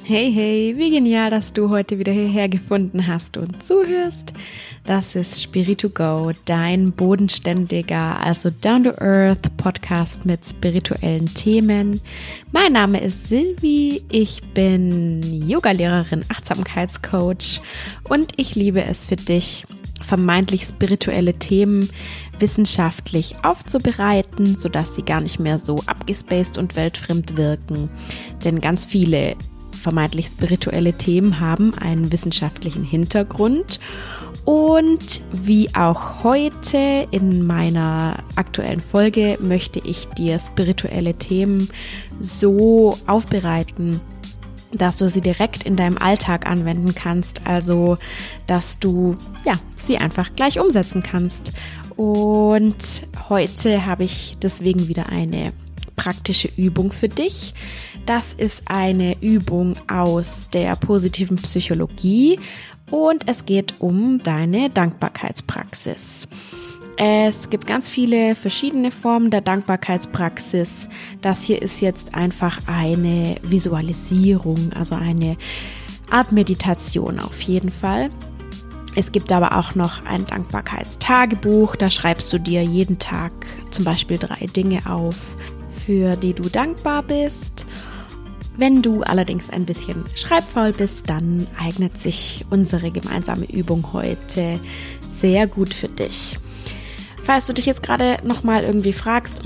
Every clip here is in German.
Hey, hey, wie genial, dass du heute wieder hierher gefunden hast und zuhörst. Das ist Spirit2Go, dein bodenständiger, also down-to-earth Podcast mit spirituellen Themen. Mein Name ist Silvi, ich bin Yogalehrerin, Achtsamkeitscoach und ich liebe es für dich, vermeintlich spirituelle Themen wissenschaftlich aufzubereiten, sodass sie gar nicht mehr so abgespaced und weltfremd wirken. Denn ganz viele vermeintlich spirituelle Themen haben einen wissenschaftlichen Hintergrund. Und wie auch heute in meiner aktuellen Folge möchte ich dir spirituelle Themen so aufbereiten, dass du sie direkt in deinem Alltag anwenden kannst, also dass du sie einfach gleich umsetzen kannst. Und heute habe ich deswegen wieder eine praktische Übung für dich. Das ist eine Übung aus der positiven Psychologie und es geht um deine Dankbarkeitspraxis. Es gibt ganz viele verschiedene Formen der Dankbarkeitspraxis. Das hier ist jetzt einfach eine Visualisierung, also eine Art Meditation auf jeden Fall. Es gibt aber auch noch ein Dankbarkeitstagebuch, da schreibst du dir jeden Tag zum Beispiel 3 Dinge auf, für die du dankbar bist. Wenn du allerdings ein bisschen schreibfaul bist, dann eignet sich unsere gemeinsame Übung heute sehr gut für dich. Falls du dich jetzt gerade nochmal irgendwie fragst,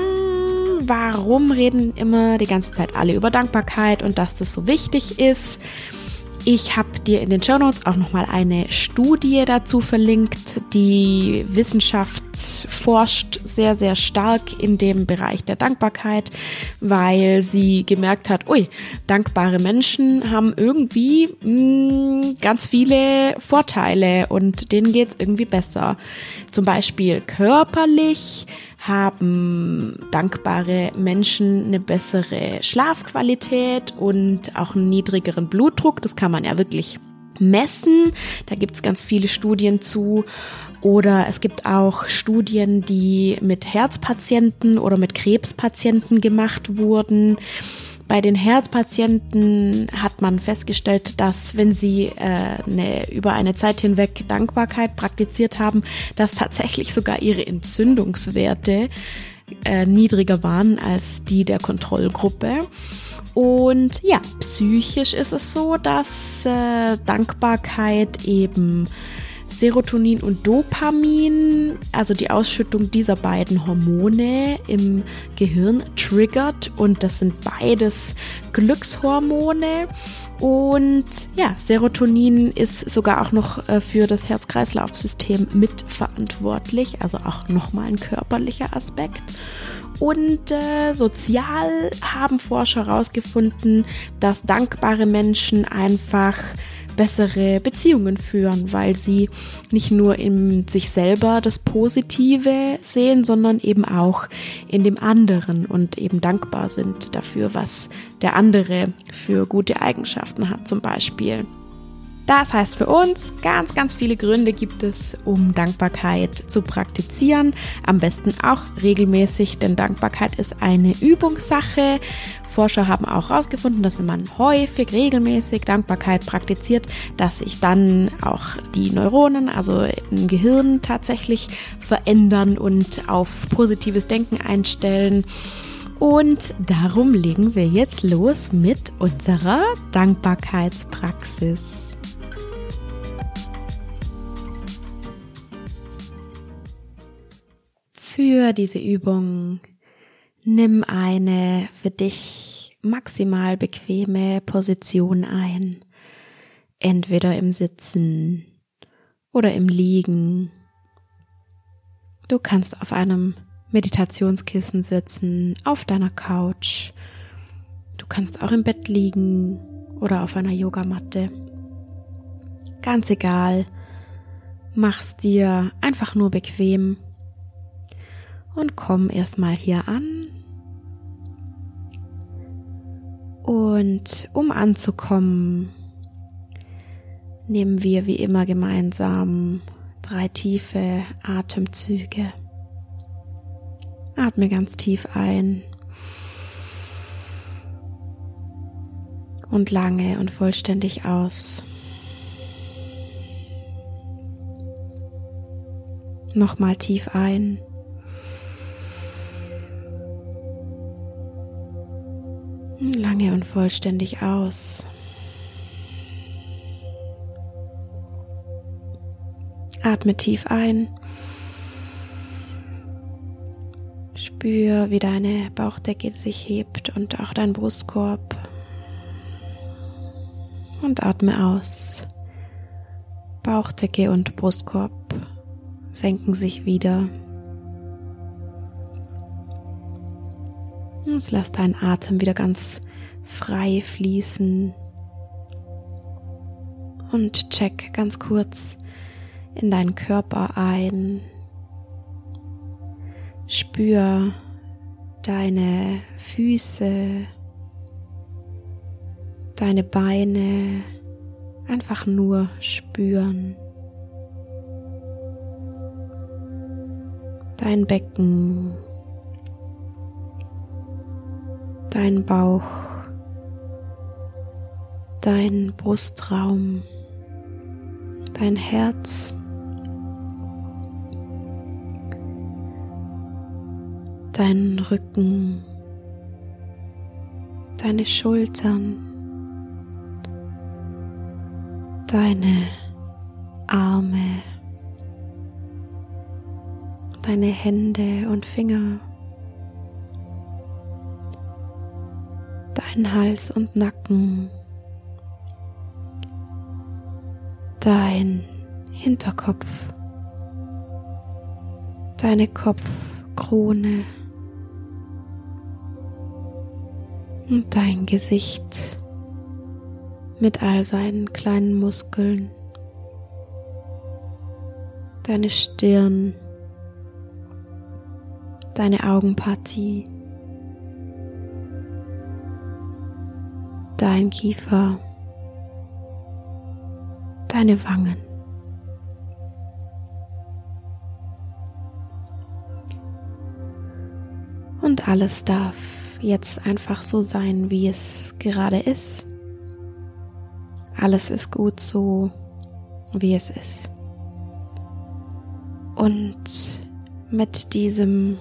warum reden immer die ganze Zeit alle über Dankbarkeit und dass das so wichtig ist? Ich habe dir in den Shownotes auch nochmal eine Studie dazu verlinkt. Die Wissenschaft forscht sehr, sehr stark in dem Bereich der Dankbarkeit, weil sie gemerkt hat, dankbare Menschen haben irgendwie ganz viele Vorteile und denen geht's irgendwie besser. Zum Beispiel körperlich haben dankbare Menschen eine bessere Schlafqualität und auch einen niedrigeren Blutdruck. Das kann man ja wirklich messen. Da gibt's ganz viele Studien zu. Oder es gibt auch Studien, die mit Herzpatienten oder mit Krebspatienten gemacht wurden. Bei den Herzpatienten hat man festgestellt, dass wenn sie über eine Zeit hinweg Dankbarkeit praktiziert haben, dass tatsächlich sogar ihre Entzündungswerte niedriger waren als die der Kontrollgruppe. Und ja, psychisch ist es so, dass Dankbarkeit eben Serotonin und Dopamin, also die Ausschüttung dieser beiden Hormone im Gehirn triggert und das sind beides Glückshormone und ja, Serotonin ist sogar auch noch für das Herz-Kreislauf-System mitverantwortlich, also auch nochmal ein körperlicher Aspekt. Und sozial haben Forscher herausgefunden, dass dankbare Menschen einfach bessere Beziehungen führen, weil sie nicht nur in sich selber das Positive sehen, sondern eben auch in dem anderen und eben dankbar sind dafür, was der andere für gute Eigenschaften hat zum Beispiel. Das heißt für uns, ganz, ganz viele Gründe gibt es, um Dankbarkeit zu praktizieren. Am besten auch regelmäßig, denn Dankbarkeit ist eine Übungssache. Forscher haben auch herausgefunden, dass wenn man häufig, regelmäßig Dankbarkeit praktiziert, dass sich dann auch die Neuronen, also im Gehirn tatsächlich verändern und auf positives Denken einstellen. Und darum legen wir jetzt los mit unserer Dankbarkeitspraxis. Für diese Übung nimm eine für dich maximal bequeme Position ein, entweder im Sitzen oder im Liegen. Du kannst auf einem Meditationskissen sitzen, auf deiner Couch. Du kannst auch im Bett liegen oder auf einer Yogamatte. Ganz egal, mach's dir einfach nur bequem. Und komm erstmal hier an. Und um anzukommen, nehmen wir wie immer gemeinsam 3 tiefe Atemzüge. Atme ganz tief ein Und lange und vollständig aus. Nochmal tief ein. Lange und vollständig aus. Atme tief ein. Spür, wie deine Bauchdecke sich hebt und auch dein Brustkorb. Und atme aus. Bauchdecke und Brustkorb senken sich wieder. Jetzt lass deinen Atem wieder ganz frei fließen. Und check ganz kurz in deinen Körper ein. Spür deine Füße, deine Beine, einfach nur spüren. Dein Becken, dein Bauch, dein Brustraum, dein Herz, deinen Rücken, deine Schultern, deine Arme, deine Hände und Finger, dein Hals und Nacken, dein Hinterkopf, deine Kopfkrone und dein Gesicht mit all seinen kleinen Muskeln, deine Stirn, deine Augenpartie, dein Kiefer, deine Wangen. Und alles darf jetzt einfach so sein, wie es gerade ist. Alles ist gut so, wie es ist. Und mit diesem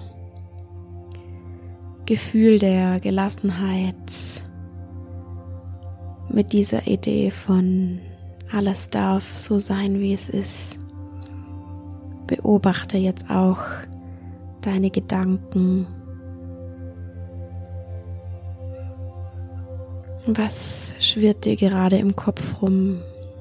Gefühl der Gelassenheit, mit dieser Idee von alles darf so sein, wie es ist, beobachte jetzt auch deine Gedanken. Was schwirrt dir gerade im Kopf rum?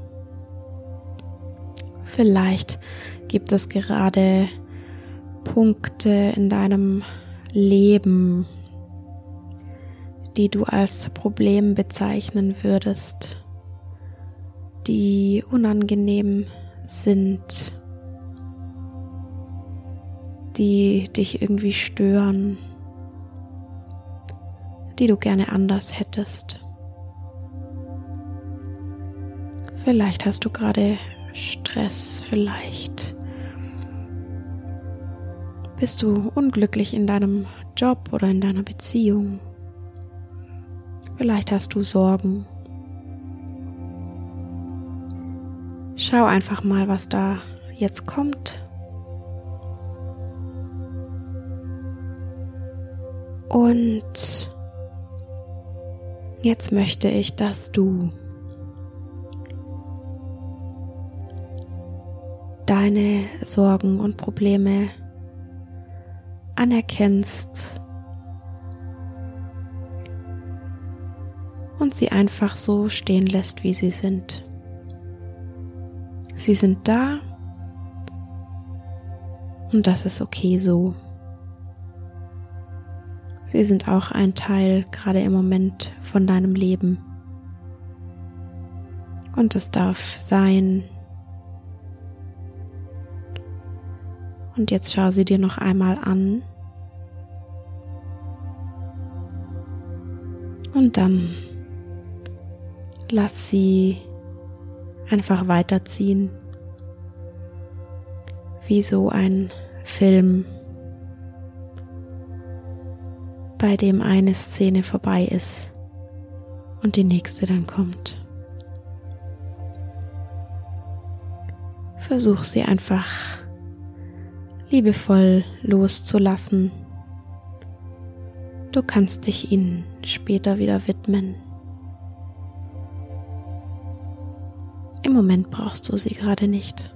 Vielleicht gibt es gerade Punkte in deinem Leben, die du als Problem bezeichnen würdest, die unangenehm sind, die dich irgendwie stören, die du gerne anders hättest. Vielleicht hast du gerade Stress, vielleicht bist du unglücklich in deinem Job oder in deiner Beziehung. Vielleicht hast du Sorgen. Schau einfach mal, was da jetzt kommt. Und jetzt möchte ich, dass du deine Sorgen und Probleme anerkennst und sie einfach so stehen lässt, wie sie sind. Sie sind da und das ist okay so. Sie sind auch ein Teil gerade im Moment von deinem Leben. Und es darf sein. Und jetzt schau sie dir noch einmal an. Und dann lass sie einfach weiterziehen. Wie so ein Film, bei dem eine Szene vorbei ist und die nächste dann kommt. Versuch sie einfach liebevoll loszulassen. Du kannst dich ihnen später wieder widmen. Im Moment brauchst du sie gerade nicht.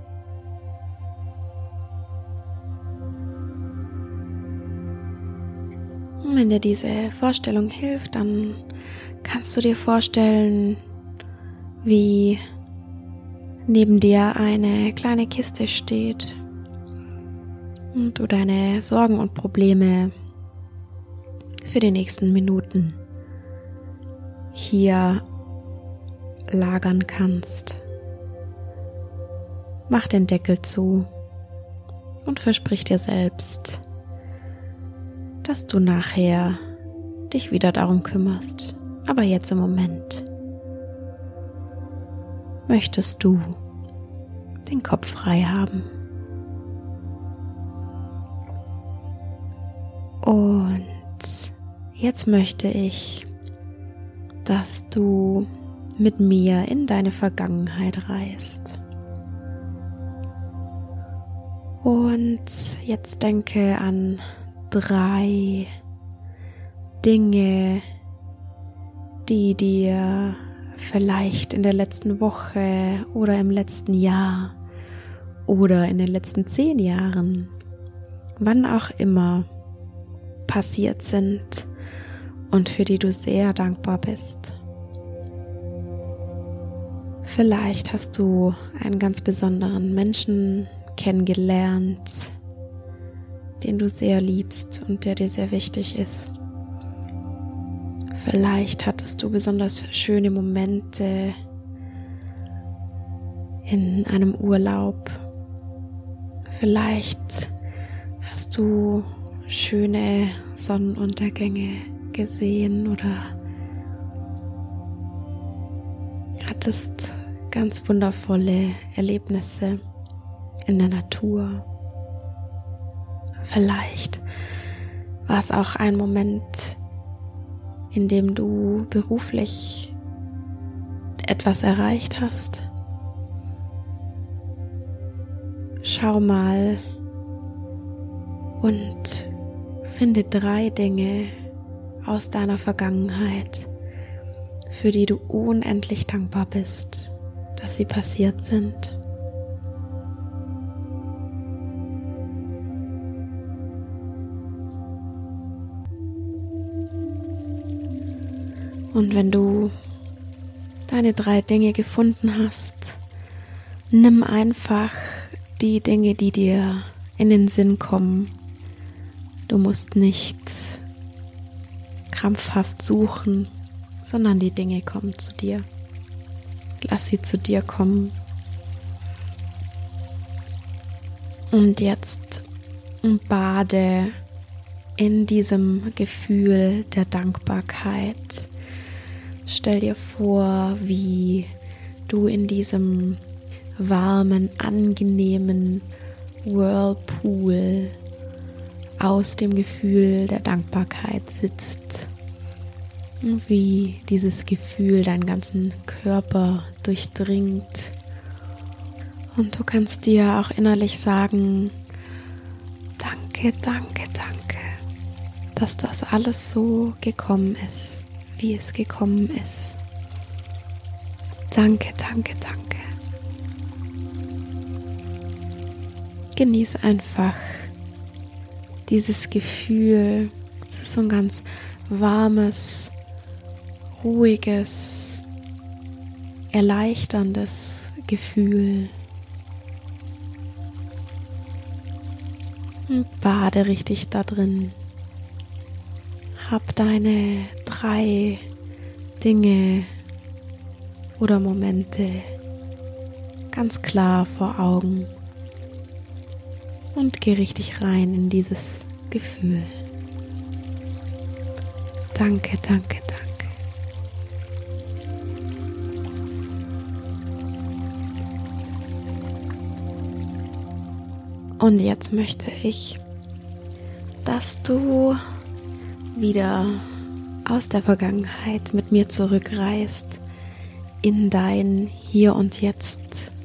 Und wenn dir diese Vorstellung hilft, dann kannst du dir vorstellen, wie neben dir eine kleine Kiste steht und du deine Sorgen und Probleme für die nächsten Minuten hier lagern kannst. Mach den Deckel zu und versprich dir selbst, dass du nachher dich wieder darum kümmerst. Aber jetzt im Moment möchtest du den Kopf frei haben. Und jetzt möchte ich, dass du mit mir in deine Vergangenheit reist. Und jetzt denke an 3 Dinge, die dir vielleicht in der letzten Woche oder im letzten Jahr oder in den letzten 10 Jahren, wann auch immer, passiert sind und für die du sehr dankbar bist. Vielleicht hast du einen ganz besonderen Menschen kennengelernt, den du sehr liebst und der dir sehr wichtig ist. Vielleicht hattest du besonders schöne Momente in einem Urlaub. Vielleicht hast du schöne Sonnenuntergänge gesehen oder hattest ganz wundervolle Erlebnisse in der Natur. Vielleicht war es auch ein Moment, in dem du beruflich etwas erreicht hast. Schau mal und finde 3 Dinge aus deiner Vergangenheit, für die du unendlich dankbar bist, dass sie passiert sind. Und wenn du deine 3 Dinge gefunden hast, nimm einfach die Dinge, die dir in den Sinn kommen. Du musst nicht krampfhaft suchen, sondern die Dinge kommen zu dir. Lass sie zu dir kommen. Und jetzt bade in diesem Gefühl der Dankbarkeit. Stell dir vor, wie du in diesem warmen, angenehmen Whirlpool aus dem Gefühl der Dankbarkeit sitzt. Wie dieses Gefühl deinen ganzen Körper durchdringt. Und du kannst dir auch innerlich sagen, danke, danke, danke, dass das alles so gekommen ist, wie es gekommen ist. Danke, danke, danke. Genieß einfach dieses Gefühl. Es ist so ein ganz warmes, ruhiges, erleichterndes Gefühl. Und bade richtig da drin. Hab deine 3 Dinge oder Momente ganz klar vor Augen und geh richtig rein in dieses Gefühl. Danke, danke, danke. Und jetzt möchte ich, dass du wieder aus der Vergangenheit mit mir zurückreist in dein Hier und Jetzt,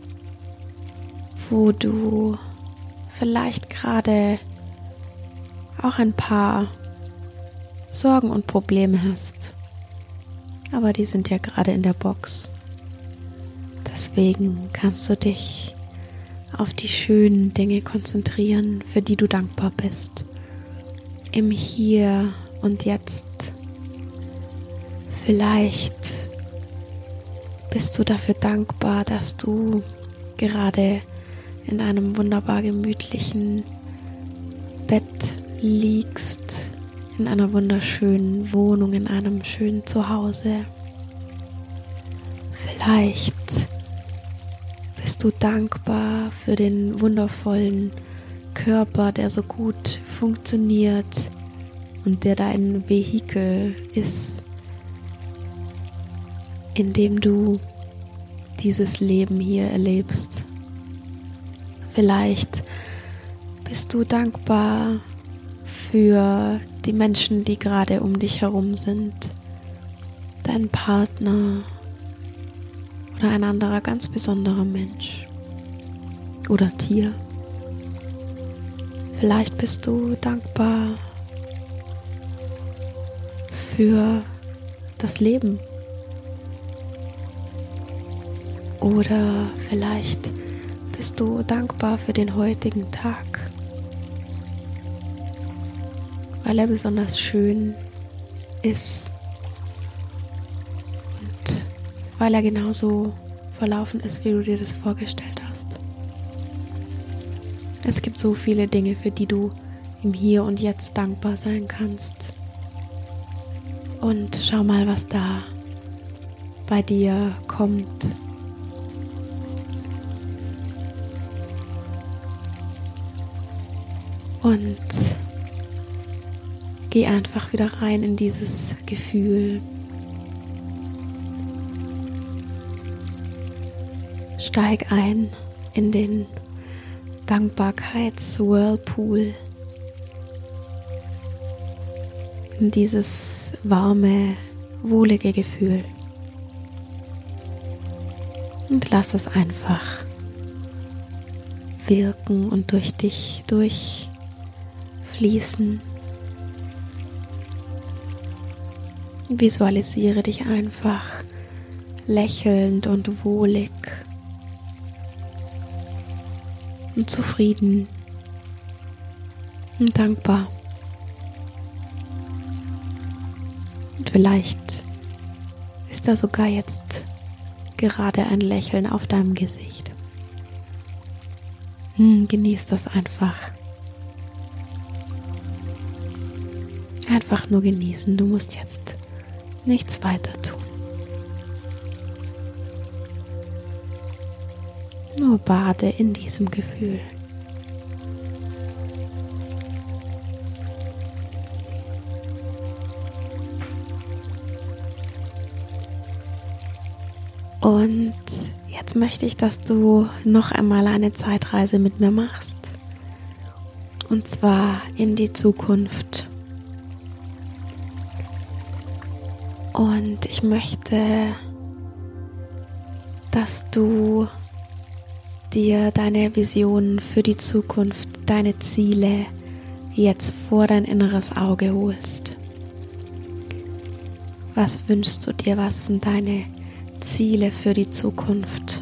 wo du vielleicht gerade auch ein paar Sorgen und Probleme hast, aber die sind ja gerade in der Box. Deswegen kannst du dich auf die schönen Dinge konzentrieren, für die du dankbar bist. Im Hier und Jetzt. Vielleicht bist du dafür dankbar, dass du gerade in einem wunderbar gemütlichen Bett liegst, in einer wunderschönen Wohnung, in einem schönen Zuhause. Vielleicht bist du dankbar für den wundervollen Körper, der so gut funktioniert und der dein Vehikel ist, in dem du dieses Leben hier erlebst. Vielleicht bist du dankbar für die Menschen, die gerade um dich herum sind, dein Partner oder ein anderer ganz besonderer Mensch oder Tier. Vielleicht bist du dankbar für das Leben. Oder vielleicht bist du dankbar für den heutigen Tag, weil er besonders schön ist und weil er genauso verlaufen ist, wie du dir das vorgestellt hast. Es gibt so viele Dinge, für die du im Hier und Jetzt dankbar sein kannst. Und schau mal, was da bei dir kommt. Und geh einfach wieder rein in dieses Gefühl. Steig ein in den Dankbarkeits-Whirlpool. In dieses warme, wohlige Gefühl. Und lass es einfach wirken und durch dich durchfließen. Visualisiere dich einfach lächelnd und wohlig und zufrieden und dankbar. Und vielleicht ist da sogar jetzt gerade ein Lächeln auf deinem Gesicht. Genieß das einfach. Einfach nur genießen. Du musst jetzt nichts weiter tun. Nur bade in diesem Gefühl. Und jetzt möchte ich, dass du noch einmal eine Zeitreise mit mir machst. Und zwar in die Zukunft. Und ich möchte, dass du dir deine Visionen für die Zukunft, deine Ziele jetzt vor dein inneres Auge holst. Was wünschst du dir? Was sind deine Ziele für die Zukunft?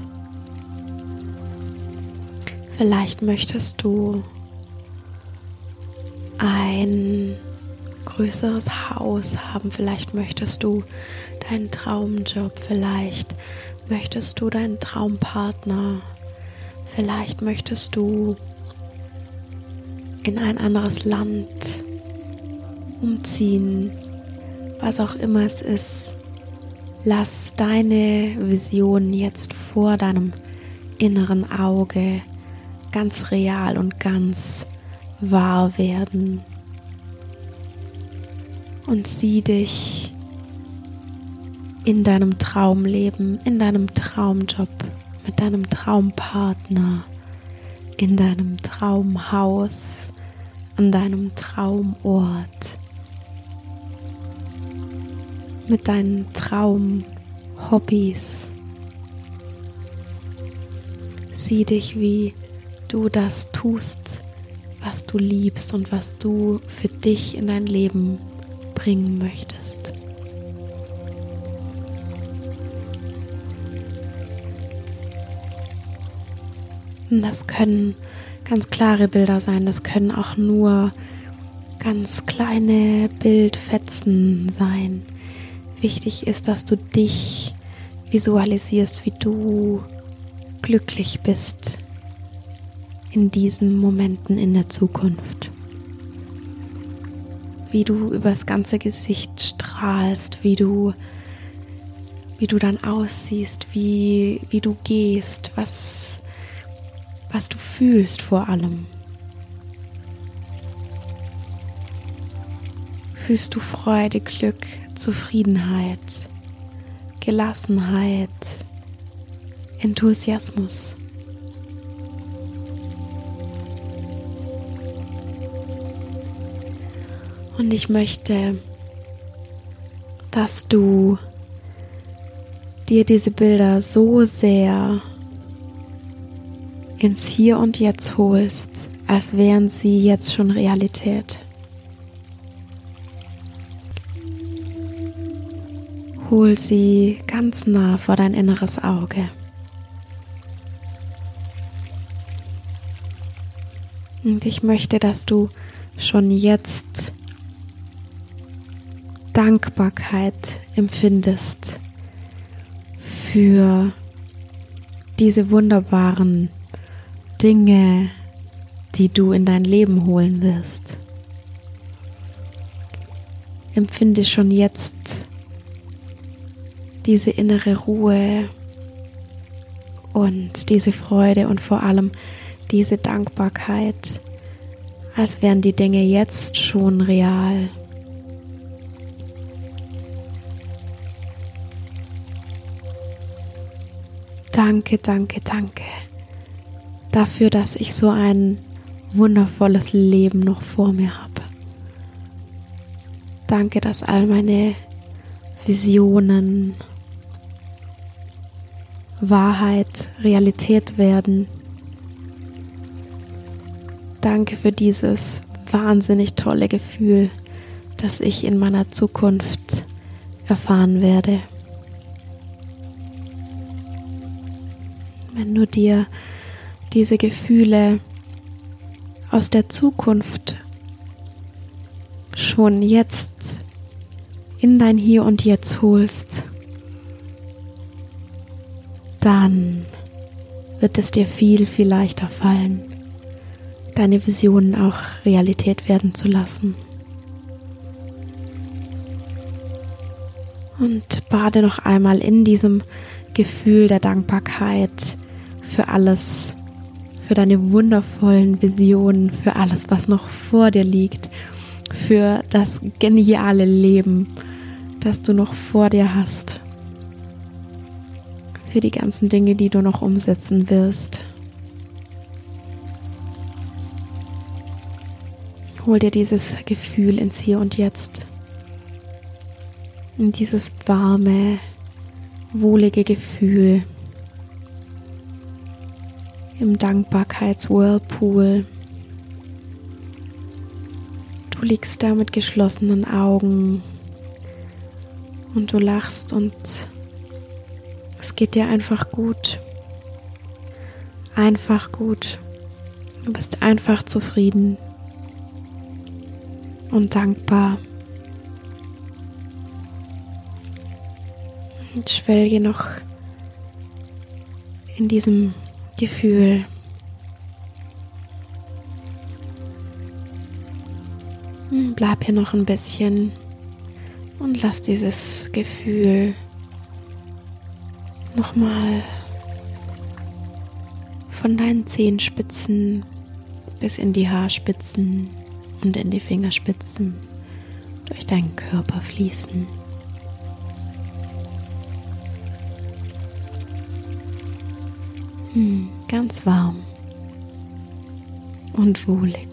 Vielleicht möchtest du ein größeres Haus haben, vielleicht möchtest du deinen Traumjob, vielleicht möchtest du deinen Traumpartner, vielleicht möchtest du in ein anderes Land umziehen, was auch immer es ist. Lass deine Vision jetzt vor deinem inneren Auge ganz real und ganz wahr werden. Und sieh dich in deinem Traumleben, in deinem Traumjob, mit deinem Traumpartner, in deinem Traumhaus, an deinem Traumort. mit deinen Traumhobbys. Sieh dich, wie du das tust, was du liebst und was du für dich in dein Leben bringen möchtest. Und das können ganz klare Bilder sein, das können auch nur ganz kleine Bildfetzen sein. Wichtig ist, dass du dich visualisierst, wie du glücklich bist in diesen Momenten in der Zukunft. Wie du übers ganze Gesicht strahlst, wie du dann aussiehst, wie du gehst, was du fühlst vor allem. Fühlst du Freude, Glück, Zufriedenheit, Gelassenheit, Enthusiasmus? Und ich möchte, dass du dir diese Bilder so sehr ins Hier und Jetzt holst, als wären sie jetzt schon Realität. Hol sie ganz nah vor dein inneres Auge. Und ich möchte, dass du schon jetzt Dankbarkeit empfindest für diese wunderbaren Dinge, die du in dein Leben holen wirst. Empfinde schon jetzt diese innere Ruhe und diese Freude und vor allem diese Dankbarkeit, als wären die Dinge jetzt schon real. Danke, danke, danke dafür, dass ich so ein wundervolles Leben noch vor mir habe. Danke, dass all meine Visionen Wahrheit, Realität werden. Danke für dieses wahnsinnig tolle Gefühl, das ich in meiner Zukunft erfahren werde. Wenn du dir diese Gefühle aus der Zukunft schon jetzt in dein Hier und Jetzt holst, dann wird es dir viel, viel leichter fallen, deine Visionen auch Realität werden zu lassen. Und bade noch einmal in diesem Gefühl der Dankbarkeit für alles, für deine wundervollen Visionen, für alles, was noch vor dir liegt, für das geniale Leben, das du noch vor dir hast, für die ganzen Dinge, die du noch umsetzen wirst. Hol dir dieses Gefühl ins Hier und Jetzt, in dieses warme, wohlige Gefühl im Dankbarkeits-Whirlpool. Du liegst da mit geschlossenen Augen und du lachst und es geht dir einfach gut. Einfach gut. Du bist einfach zufrieden und dankbar. Und schwelge noch in diesem Gefühl. Bleib hier noch ein bisschen und lass dieses Gefühl nochmal von deinen Zehenspitzen bis in die Haarspitzen und in die Fingerspitzen durch deinen Körper fließen. Ganz warm und wohlig.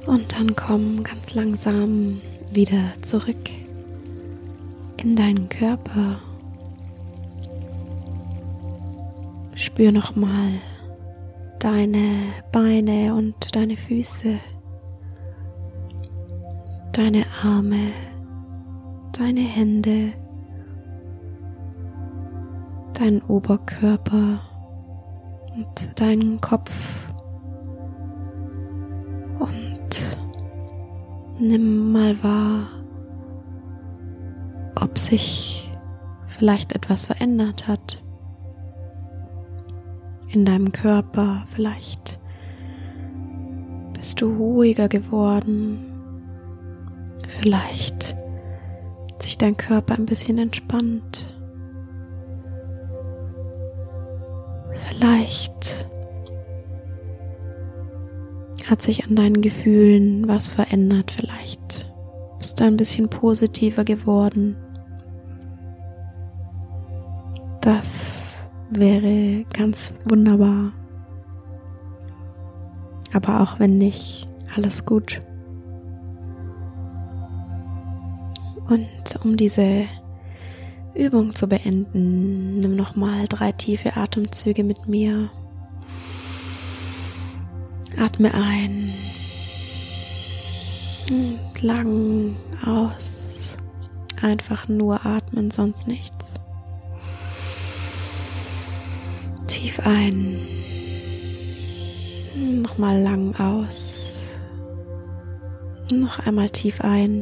Und dann komm ganz langsam wieder zurück in deinen Körper. Spür nochmal deine Beine und deine Füße, deine Arme, deine Hände, deinen Oberkörper und deinen Kopf. Und nimm mal wahr, ob sich vielleicht etwas verändert hat in deinem Körper. Vielleicht bist du ruhiger geworden. Vielleicht hat sich dein Körper ein bisschen entspannt. Vielleicht hat sich an deinen Gefühlen was verändert. Vielleicht bist du ein bisschen positiver geworden. Das wäre ganz wunderbar. Aber auch wenn nicht, alles gut. Und um diese Übung zu beenden, nimm nochmal 3 tiefe Atemzüge mit mir. Atme ein und lang aus. Einfach nur atmen, sonst nichts. Tief ein. Nochmal lang aus. Noch einmal tief ein.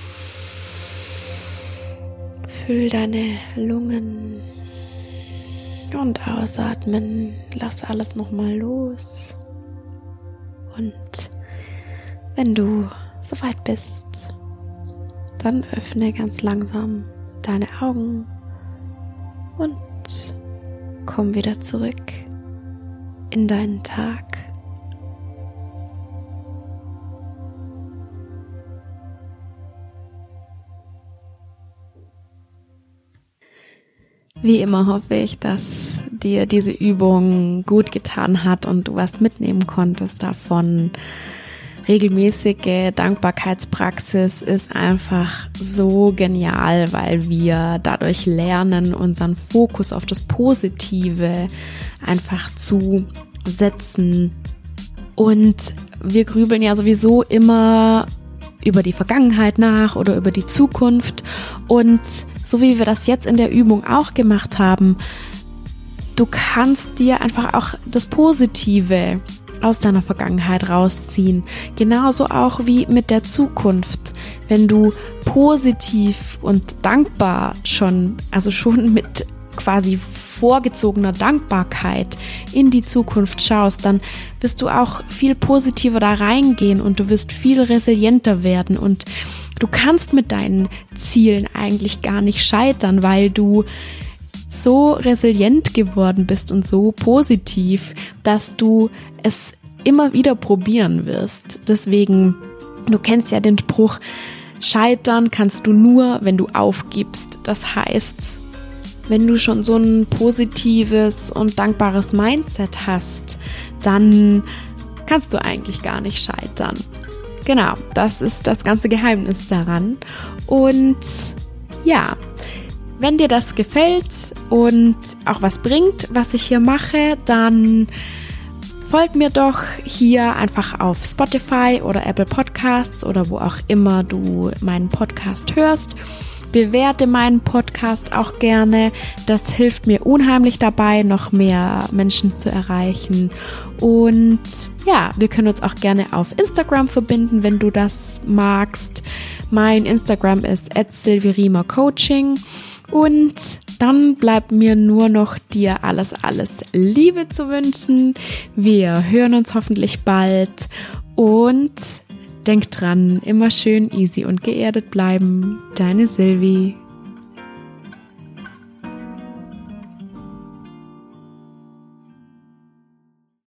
Füll deine Lungen und ausatmen. Lass alles nochmal los. Und wenn du soweit bist, dann öffne ganz langsam deine Augen und komm wieder zurück in deinen Tag. Wie immer hoffe ich, dass dir diese Übung gut getan hat und du was mitnehmen konntest davon. Regelmäßige Dankbarkeitspraxis ist einfach so genial, weil wir dadurch lernen, unseren Fokus auf das Positive einfach zu setzen. Und wir grübeln ja sowieso immer über die Vergangenheit nach oder über die Zukunft. Und so wie wir das jetzt in der Übung auch gemacht haben, du kannst dir einfach auch das Positive aus deiner Vergangenheit rausziehen. Genauso auch wie mit der Zukunft. Wenn du positiv und dankbar schon mit quasi vorgezogener Dankbarkeit in die Zukunft schaust, dann wirst du auch viel positiver da reingehen und du wirst viel resilienter werden und du kannst mit deinen Zielen eigentlich gar nicht scheitern, weil du so resilient geworden bist und so positiv, dass du es immer wieder probieren wirst. Deswegen, du kennst ja den Spruch, scheitern kannst du nur, wenn du aufgibst. Das heißt, wenn du schon so ein positives und dankbares Mindset hast, dann kannst du eigentlich gar nicht scheitern. Genau, das ist das ganze Geheimnis daran. Und ja, wenn dir das gefällt und auch was bringt, was ich hier mache, dann folg mir doch hier einfach auf Spotify oder Apple Podcasts oder wo auch immer du meinen Podcast hörst. Bewerte meinen Podcast auch gerne. Das hilft mir unheimlich dabei, noch mehr Menschen zu erreichen. Und ja, wir können uns auch gerne auf Instagram verbinden, wenn du das magst. Mein Instagram ist @silvirima-coaching. Und dann bleibt mir nur noch dir alles Liebe zu wünschen. Wir hören uns hoffentlich bald und denk dran, immer schön easy und geerdet bleiben. Deine Silvi.